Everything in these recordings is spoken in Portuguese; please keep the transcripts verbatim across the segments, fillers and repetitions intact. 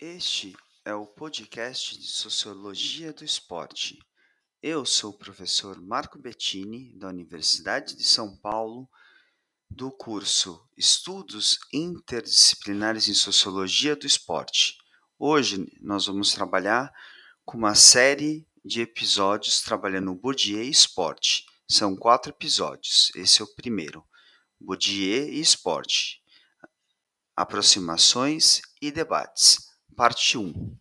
Este é o podcast de Sociologia do Esporte. Eu sou o professor Marco Bettini, da Universidade de São Paulo, do curso Estudos Interdisciplinares em Sociologia do Esporte. Hoje nós vamos trabalhar com uma série de episódios trabalhando Bourdieu e esporte. São quatro episódios. Esse é o primeiro. Bourdieu e esporte. Aproximações e debates. Parte um.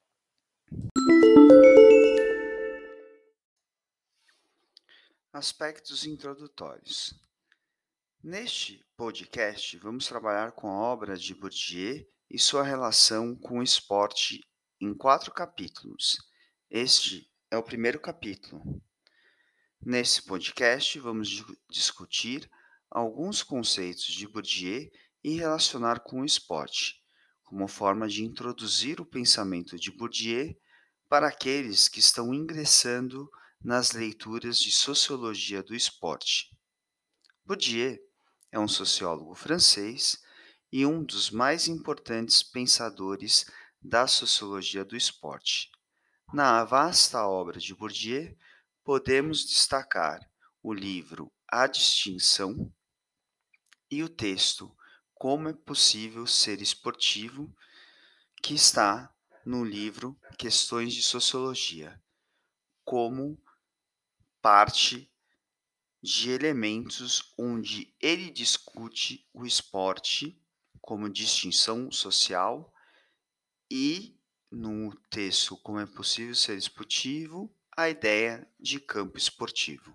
Aspectos introdutórios. Neste podcast, vamos trabalhar com a obra de Bourdieu e sua relação com o esporte em quatro capítulos. Este é o primeiro capítulo. Nesse podcast, vamos discutir alguns conceitos de Bourdieu e relacionar com o esporte, como forma de introduzir o pensamento de Bourdieu para aqueles que estão ingressando nas leituras de Sociologia do Esporte. Bourdieu é um sociólogo francês e um dos mais importantes pensadores da Sociologia do Esporte. Na vasta obra de Bourdieu, podemos destacar o livro A Distinção e o texto Como é Possível Ser Esportivo, que está no livro Questões de Sociologia, como parte de elementos onde ele discute o esporte como distinção social e, no texto Como é Possível Ser Esportivo, a ideia de campo esportivo.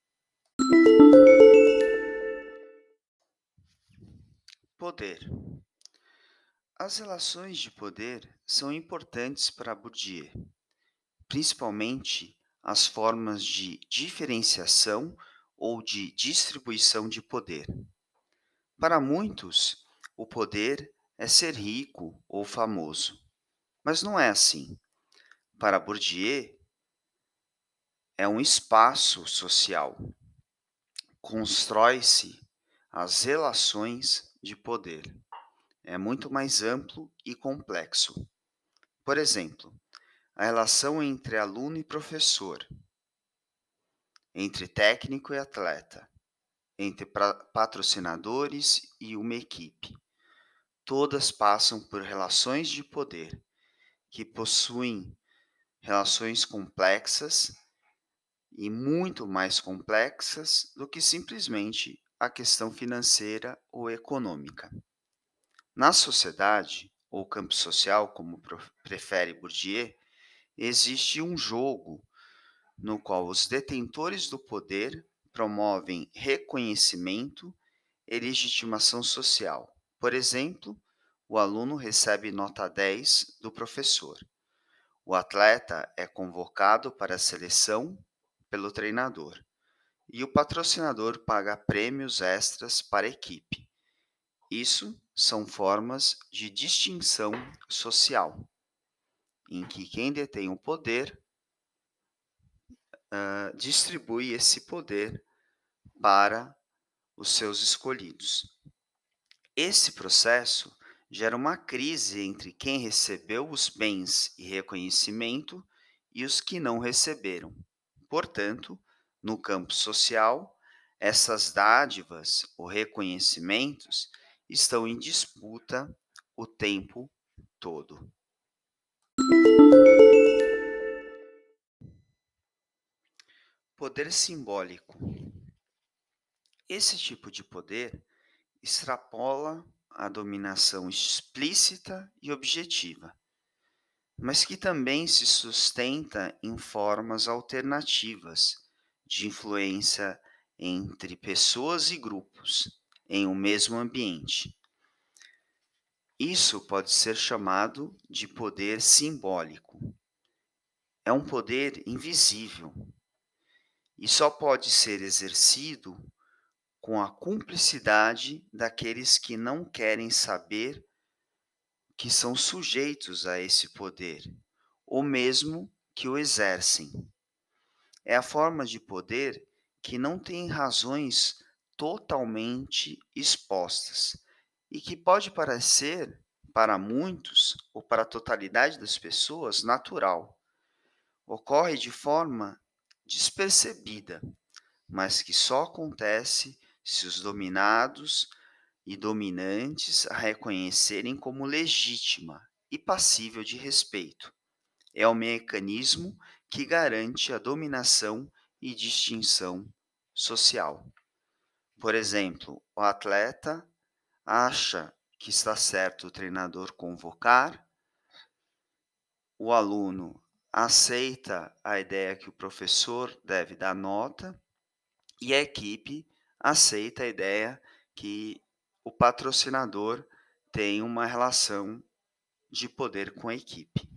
Poder. As relações de poder são importantes para Bourdieu, principalmente as formas de diferenciação ou de distribuição de poder. Para muitos, o poder é ser rico ou famoso, mas não é assim. Para Bourdieu, é um espaço social. Constrói-se as relações de poder. É muito mais amplo e complexo. Por exemplo, a relação entre aluno e professor, entre técnico e atleta, entre patrocinadores e uma equipe. Todas passam por relações de poder, que possuem relações complexas e muito mais complexas do que simplesmente a questão financeira ou econômica. Na sociedade, ou campo social, como prefere Bourdieu, existe um jogo no qual os detentores do poder promovem reconhecimento e legitimação social. Por exemplo, o aluno recebe nota dez do professor. O atleta é convocado para a seleção pelo treinador. E o patrocinador paga prêmios extras para a equipe. Isso são formas de distinção social, em que quem detém o poder uh, distribui esse poder para os seus escolhidos. Esse processo gera uma crise entre quem recebeu os bens e reconhecimento e os que não receberam. Portanto, no campo social, essas dádivas ou reconhecimentos estão em disputa o tempo todo. Poder simbólico. Esse tipo de poder extrapola a dominação explícita e objetiva, mas que também se sustenta em formas alternativas de influência entre pessoas e grupos em um mesmo ambiente. Isso pode ser chamado de poder simbólico. É um poder invisível e só pode ser exercido com a cumplicidade daqueles que não querem saber que são sujeitos a esse poder, ou mesmo que o exercem. É a forma de poder que não tem razões totalmente expostas e que pode parecer, para muitos, ou para a totalidade das pessoas, natural. Ocorre de forma despercebida, mas que só acontece se os dominados e dominantes a reconhecerem como legítima e passível de respeito. É o mecanismo que garante a dominação e distinção social. Por exemplo, o atleta acha que está certo o treinador convocar, o aluno aceita a ideia que o professor deve dar nota e a equipe aceita a ideia que o patrocinador tem uma relação de poder com a equipe.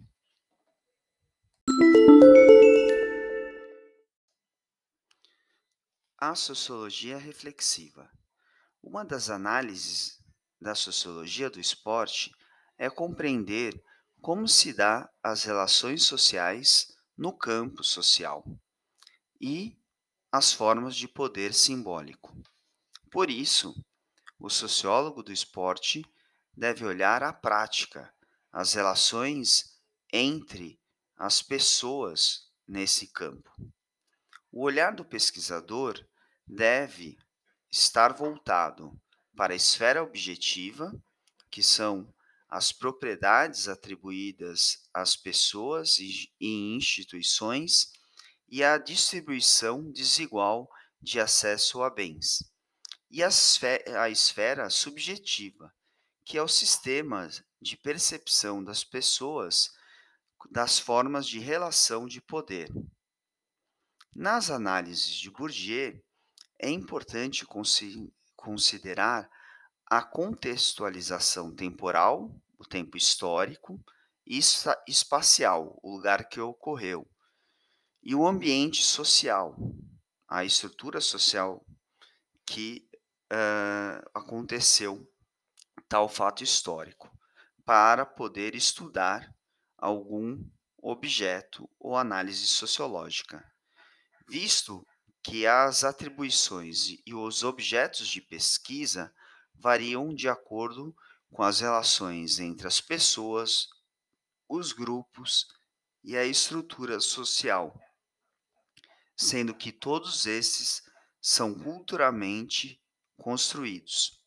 A sociologia reflexiva. Uma das análises da sociologia do esporte é compreender como se dá as relações sociais no campo social e as formas de poder simbólico. Por isso, o sociólogo do esporte deve olhar a prática, as relações entre as pessoas nesse campo. O olhar do pesquisador deve estar voltado para a esfera objetiva, que são as propriedades atribuídas às pessoas e e instituições, e a distribuição desigual de acesso a bens. E a esfe- a esfera subjetiva, que é o sistema de percepção das pessoas das formas de relação de poder. Nas análises de Bourdieu, é importante consi- considerar a contextualização temporal, o tempo histórico, e espa- espacial, o lugar que ocorreu, e o ambiente social, a estrutura social que ah, aconteceu tal fato histórico, para poder estudar algum objeto ou análise sociológica, visto que as atribuições e e os objetos de pesquisa variam de acordo com as relações entre as pessoas, os grupos e a estrutura social, sendo que todos esses são culturalmente construídos.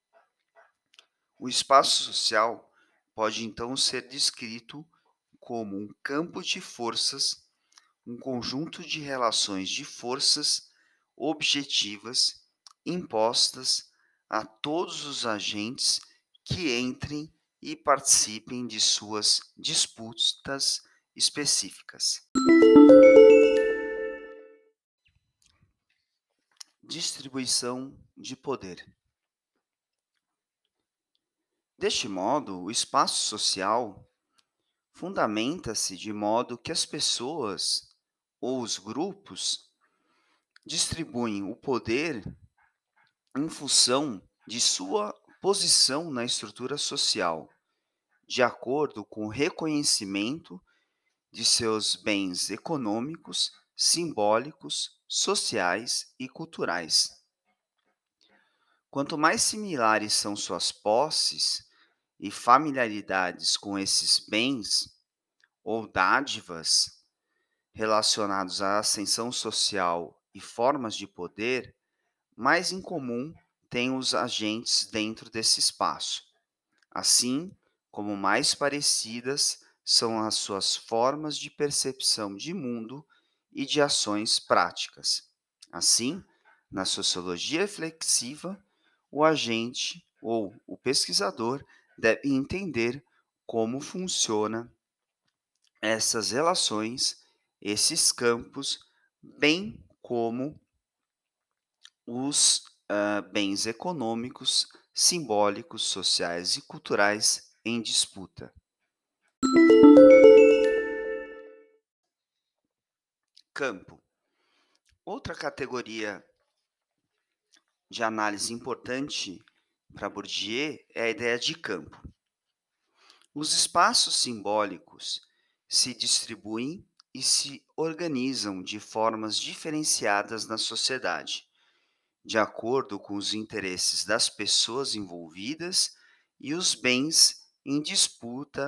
O espaço social pode então ser descrito como um campo de forças, um conjunto de relações de forças objetivas impostas a todos os agentes que entrem e participem de suas disputas específicas. Distribuição de poder. Deste modo, o espaço social fundamenta-se de modo que as pessoas ou os grupos distribuem o poder em função de sua posição na estrutura social, de acordo com o reconhecimento de seus bens econômicos, simbólicos, sociais e culturais. Quanto mais similares são suas posses e familiaridades com esses bens ou dádivas relacionados à ascensão social e formas de poder, mais em comum têm os agentes dentro desse espaço, assim como mais parecidas são as suas formas de percepção de mundo e de ações práticas. Assim, na sociologia reflexiva, o agente ou o pesquisador deve entender como funciona essas relações, esses campos, bem como os ah, bens econômicos, simbólicos, sociais e culturais em disputa. Campo. Outra categoria de análise importante para Bourdieu é a ideia de campo. Os espaços simbólicos se distribuem e se organizam de formas diferenciadas na sociedade, de acordo com os interesses das pessoas envolvidas e os bens em disputa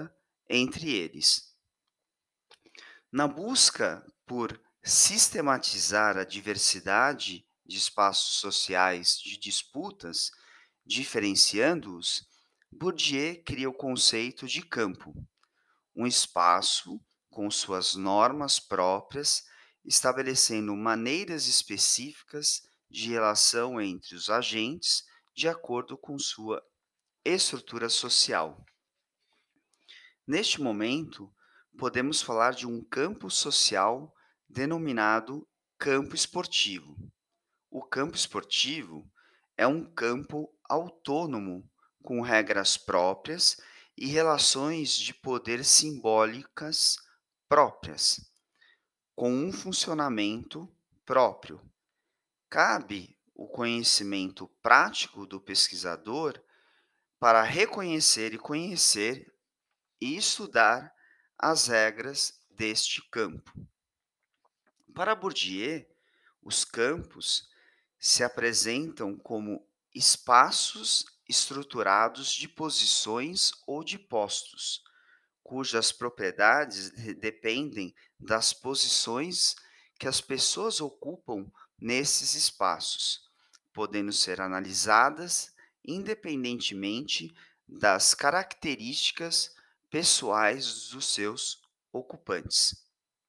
entre eles. Na busca por sistematizar a diversidade de espaços sociais de disputas, diferenciando-os, Bourdieu cria o conceito de campo, um espaço com suas normas próprias, estabelecendo maneiras específicas de relação entre os agentes de acordo com sua estrutura social. Neste momento, podemos falar de um campo social denominado campo esportivo. O campo esportivo é um campo autônomo com regras próprias e relações de poder simbólicas próprias, com um funcionamento próprio. Cabe o conhecimento prático do pesquisador para reconhecer e conhecer e estudar as regras deste campo. Para Bourdieu, os campos se apresentam como espaços estruturados de posições ou de postos, cujas propriedades de- dependem das posições que as pessoas ocupam nesses espaços, podendo ser analisadas independentemente das características pessoais dos seus ocupantes.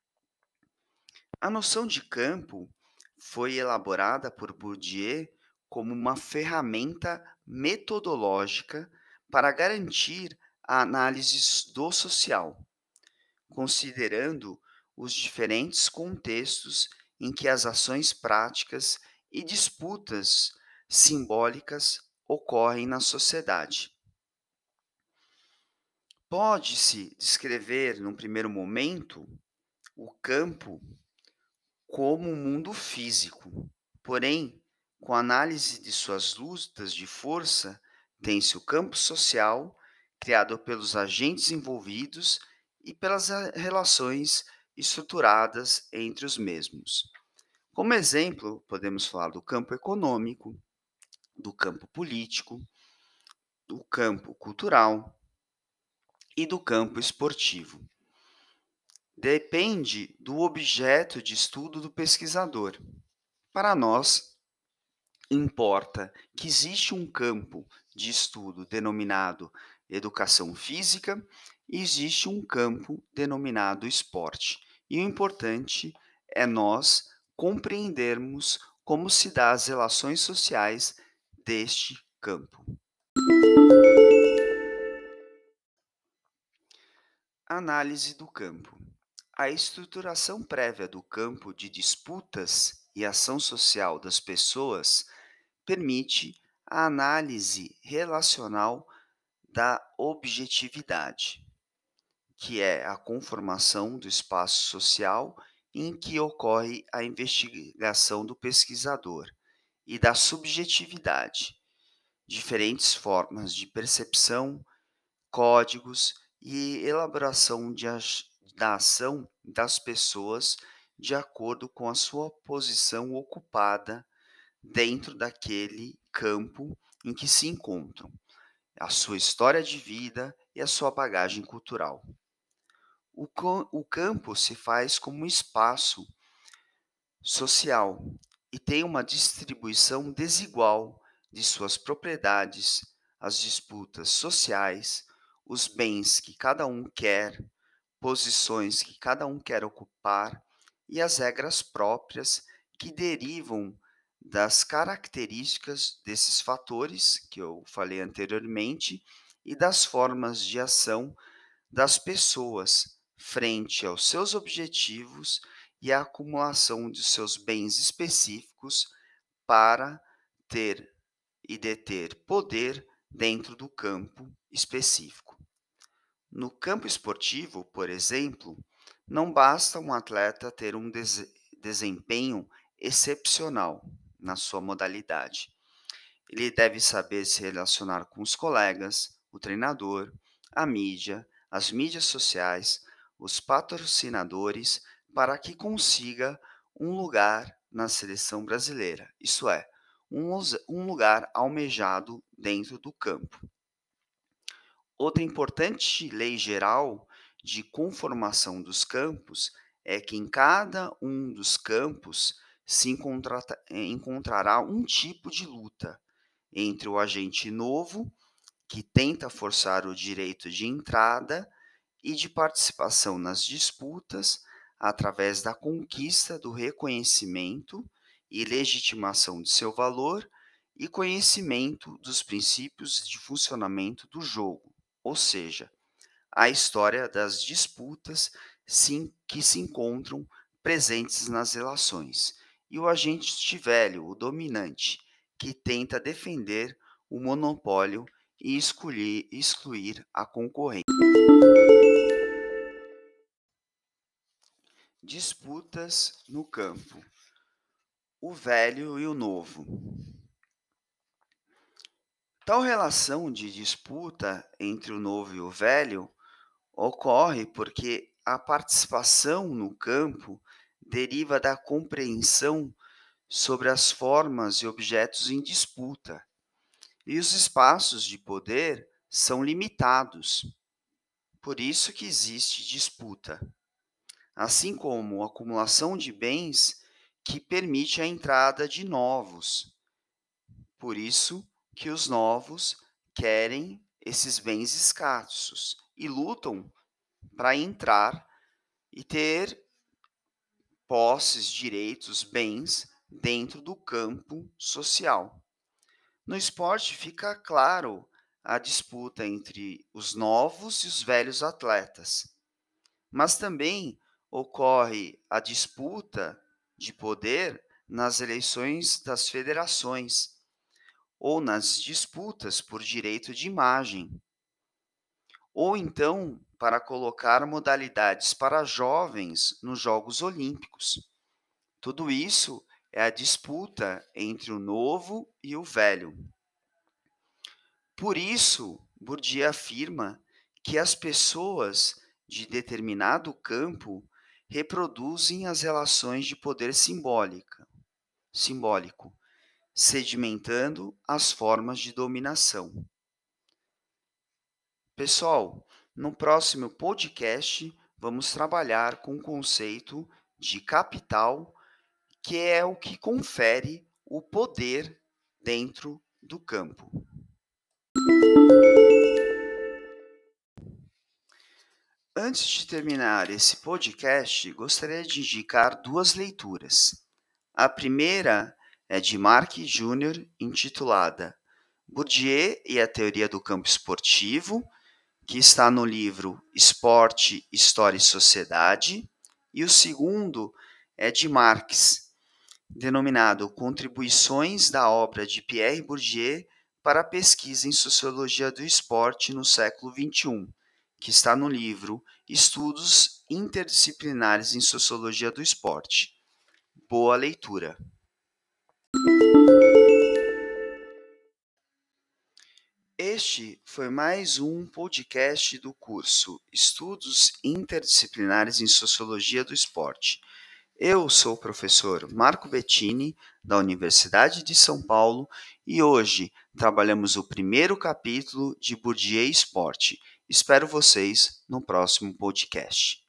A noção de campo foi elaborada por Bourdieu como uma ferramenta metodológica para garantir a análise do social, considerando os diferentes contextos em que as ações práticas e disputas simbólicas ocorrem na sociedade. Pode-se descrever, num primeiro momento, o campo como um mundo físico. Porém, com a análise de suas lutas de força, tem-se o campo social, criado pelos agentes envolvidos e pelas a- relações estruturadas entre os mesmos. Como exemplo, podemos falar do campo econômico, do campo político, do campo cultural e do campo esportivo. Depende do objeto de estudo do pesquisador. Para nós, importa que existe um campo de estudo denominado educação física e existe um campo denominado esporte. E o importante é nós compreendermos como se dá as relações sociais deste campo. Análise do campo. A estruturação prévia do campo de disputas e ação social das pessoas permite a análise relacional da objetividade, que é a conformação do espaço social em que ocorre a investigação do pesquisador, e da subjetividade, diferentes formas de percepção, códigos e elaboração de ag- da ação das pessoas de acordo com a sua posição ocupada dentro daquele campo em que se encontram, a sua história de vida e a sua bagagem cultural. O, co- o campo se faz como um espaço social e tem uma distribuição desigual de suas propriedades, as disputas sociais, os bens que cada um quer, posições que cada um quer ocupar e as regras próprias que derivam das características desses fatores que eu falei anteriormente e das formas de ação das pessoas frente aos seus objetivos e à acumulação de seus bens específicos para ter e deter poder dentro do campo específico. No campo esportivo, por exemplo, não basta um atleta ter um dese- desempenho excepcional na sua modalidade. Ele deve saber se relacionar com os colegas, o treinador, a mídia, as mídias sociais, os patrocinadores, para que consiga um lugar na seleção brasileira, isso é, um, lus- um lugar almejado dentro do campo. Outra importante lei geral de conformação dos campos é que em cada um dos campos se encontra- eh, encontrará um tipo de luta entre o agente novo, que tenta forçar o direito de entrada e de participação nas disputas através da conquista do reconhecimento e legitimação de seu valor e conhecimento dos princípios de funcionamento do jogo, ou seja, a história das disputas sim, que se encontram presentes nas relações, e o agente velho, o dominante, que tenta defender o monopólio e excluir, excluir a concorrência. Disputas no campo. O velho e o novo. Tal relação de disputa entre o novo e o velho ocorre porque a participação no campo deriva da compreensão sobre as formas e objetos em disputa, e os espaços de poder são limitados. Por isso que existe disputa, assim como a acumulação de bens que permite a entrada de novos. Por isso que os novos querem esses bens escassos e lutam para entrar e ter posses, direitos, bens dentro do campo social. No esporte fica claro a disputa entre os novos e os velhos atletas, mas também ocorre a disputa de poder nas eleições das federações ou nas disputas por direito de imagem, ou então para colocar modalidades para jovens nos Jogos Olímpicos. Tudo isso é a disputa entre o novo e o velho. Por isso, Bourdieu afirma que as pessoas de determinado campo reproduzem as relações de poder simbólica, simbólico, sedimentando as formas de dominação. Pessoal, no próximo podcast vamos trabalhar com o conceito de capital, que é o que confere o poder dentro do campo. Antes de terminar esse podcast, gostaria de indicar duas leituras. A primeira é de Mark Júnior, intitulada Bourdieu e a Teoria do Campo Esportivo, que está no livro Esporte, História e Sociedade. E o segundo é de Marx, denominado Contribuições da obra de Pierre Bourdieu para a pesquisa em Sociologia do Esporte no século vinte e um, que está no livro Estudos Interdisciplinares em Sociologia do Esporte. Boa leitura! Este foi mais um podcast do curso Estudos Interdisciplinares em Sociologia do Esporte. Eu sou o professor Marco Bettini, da Universidade de São Paulo, e hoje trabalhamos o primeiro capítulo de Bourdieu e Esporte. Espero vocês no próximo podcast.